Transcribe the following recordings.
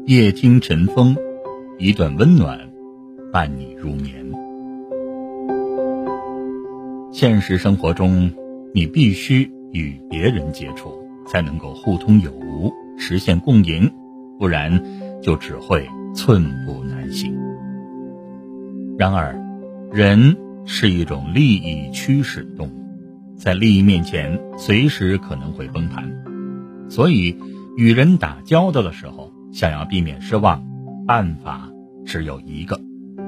夜听晨风，一段温暖伴你入眠。现实生活中，你必须与别人接触，才能够互通有无，实现共赢，不然就只会寸步难行。然而，人是一种利益驱使动物，在利益面前随时可能会崩盘，所以与人打交道的时候，想要避免失望，办法只有一个。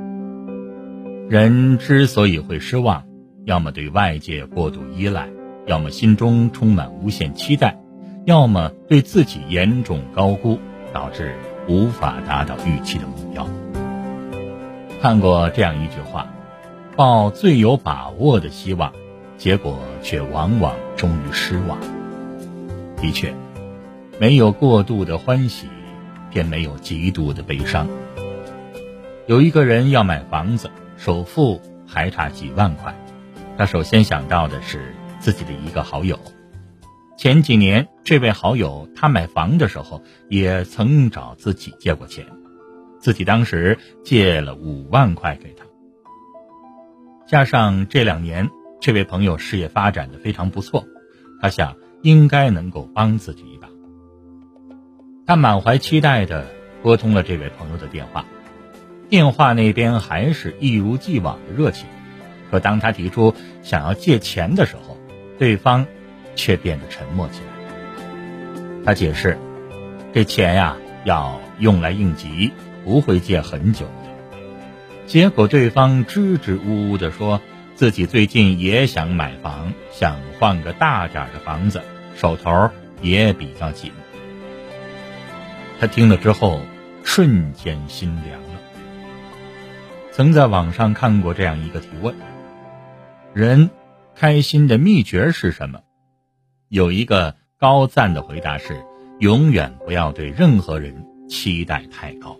人之所以会失望，要么对外界过度依赖，要么心中充满无限期待，要么对自己严重高估，导致无法达到预期的目标。看过这样一句话，抱最有把握的希望，结果却往往终于失望。的确，没有过度的欢喜，便没有极度的悲伤。有一个人要买房子，首付还差几万块，他首先想到的是自己的一个好友。前几年，这位好友他买房的时候也曾找自己借过钱，自己当时借了5万块给他。加上这2年，这位朋友事业发展得非常不错，他想应该能够帮自己一把。他满怀期待地拨通了这位朋友的电话，电话那边还是一如既往的热情，可当他提出想要借钱的时候，对方却变得沉默起来。他解释，这钱呀，要用来应急，不会借很久的。结果对方支支吾吾地说，自己最近也想买房，想换个大点的房子，手头也比较紧。他听了之后，瞬间心凉了。曾在网上看过这样一个提问，人开心的秘诀是什么？有一个高赞的回答是，永远不要对任何人期待太高。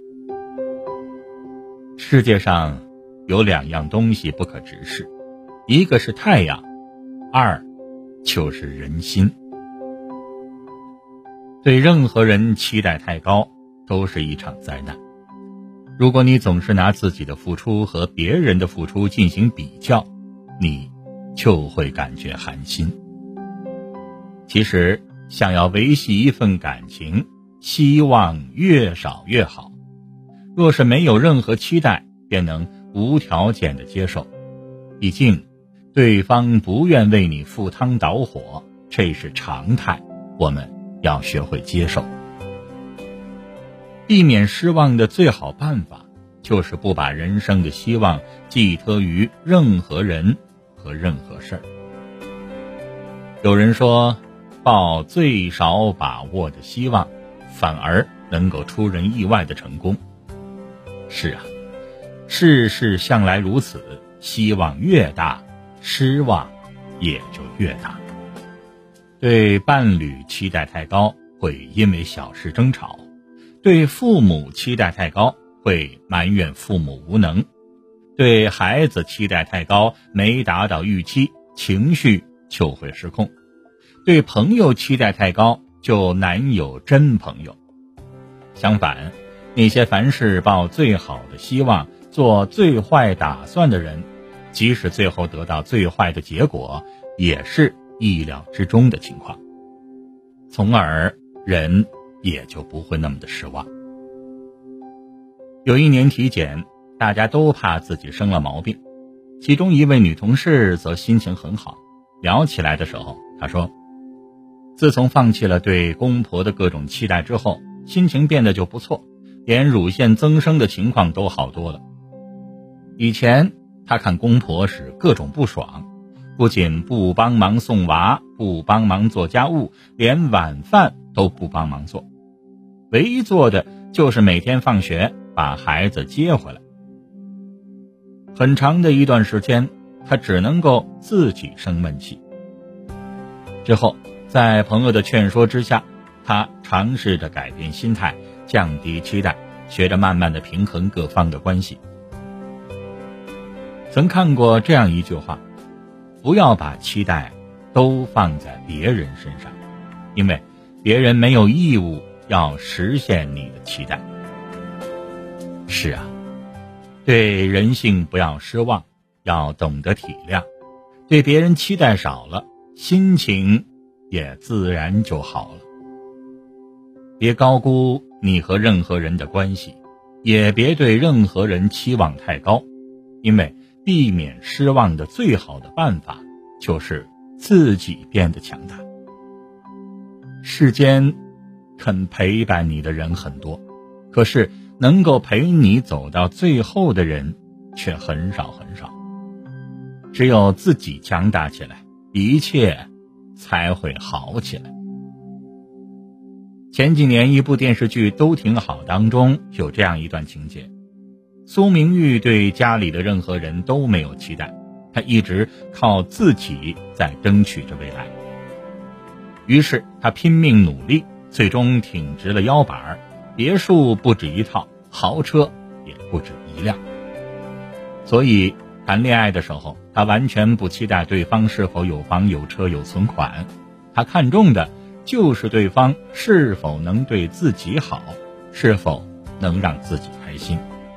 世界上有2样东西不可直视，一个是太阳，2就是人心。对任何人期待太高，都是一场灾难。如果你总是拿自己的付出和别人的付出进行比较，你就会感觉寒心。其实，想要维系一份感情，希望越少越好。若是没有任何期待，便能无条件的接受。毕竟，对方不愿为你赴汤蹈火，这是常态，我们要学会接受。避免失望的最好办法，就是不把人生的希望寄托于任何人和任何事儿。有人说，抱最少把握的希望，反而能够出人意外的成功。是啊，世事向来如此，希望越大，失望也就越大。对伴侣期待太高，会因为小事争吵；对父母期待太高，会埋怨父母无能；对孩子期待太高，没达到预期，情绪就会失控；对朋友期待太高，就难有真朋友。相反，那些凡事抱最好的希望，做最坏打算的人，即使最后得到最坏的结果，也是意料之中的情况，从而人也就不会那么的失望。有一年体检，大家都怕自己生了毛病，其中一位女同事则心情很好，聊起来的时候，她说，自从放弃了对公婆的各种期待之后，心情变得就不错，连乳腺增生的情况都好多了。以前她看公婆时各种不爽，不仅不帮忙送娃，不帮忙做家务，连晚饭都不帮忙做，唯一做的就是每天放学把孩子接回来。很长的一段时间，她只能够自己生闷气。之后，在朋友的劝说之下，她尝试着改变心态，降低期待，学着慢慢的平衡各方的关系。曾看过这样一句话，不要把期待都放在别人身上，因为别人没有义务要实现你的期待。 是啊，对人性不要失望，要懂得体谅，对别人期待少了，心情也自然就好了。别高估你和任何人的关系，也别对任何人期望太高，因为避免失望的最好的办法就是自己变得强大。世间肯陪伴你的人很多，可是能够陪你走到最后的人却很少很少。只有自己强大起来，一切才会好起来。前几年一部电视剧《都挺好》当中有这样一段情节，苏明玉对家里的任何人都没有期待，她一直靠自己在争取着未来。于是她拼命努力，最终挺直了腰板，别墅不止一套，豪车也不止一辆。所以谈恋爱的时候，她完全不期待对方是否有房有车有存款，她看重的就是对方是否能对自己好，是否能让自己开心。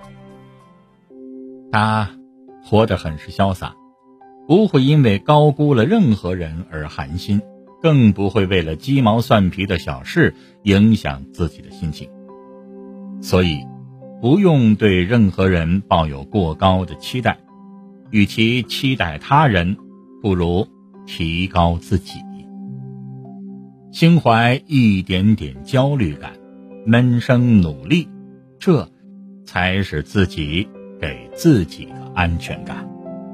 她活得很是潇洒，不会因为高估了任何人而寒心，更不会为了鸡毛蒜皮的小事影响自己的心情。所以不用对任何人抱有过高的期待，与其期待他人，不如提高自己。心怀一点点焦虑感，闷声努力，这才是自己给自己的安全感。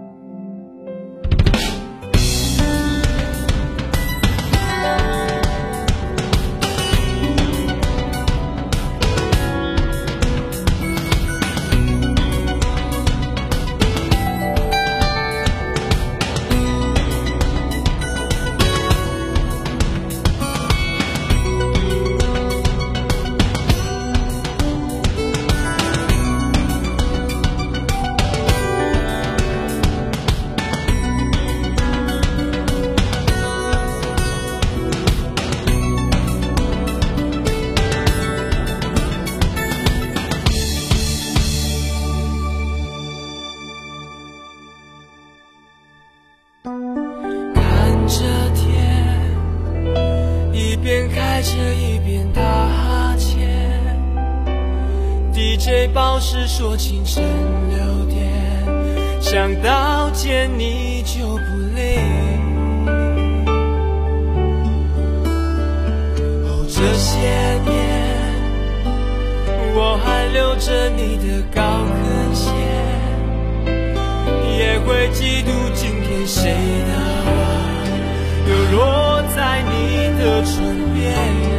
看着天，一边开车一边打钱， DJ 报时说清晨6点，想到见你就不灵。哦，这些年我还留着你的高跟鞋，也会嫉妒今天谁的花又落在你的唇边。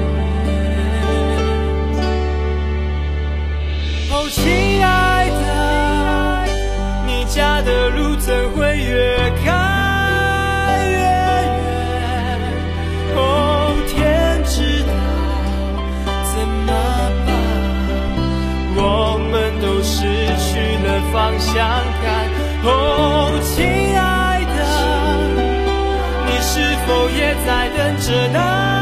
哦，亲爱的，你家的路怎会越开越远？哦，天知道怎么办，我们都失去了方向感。哦，亲爱的，你是否也在等着呢？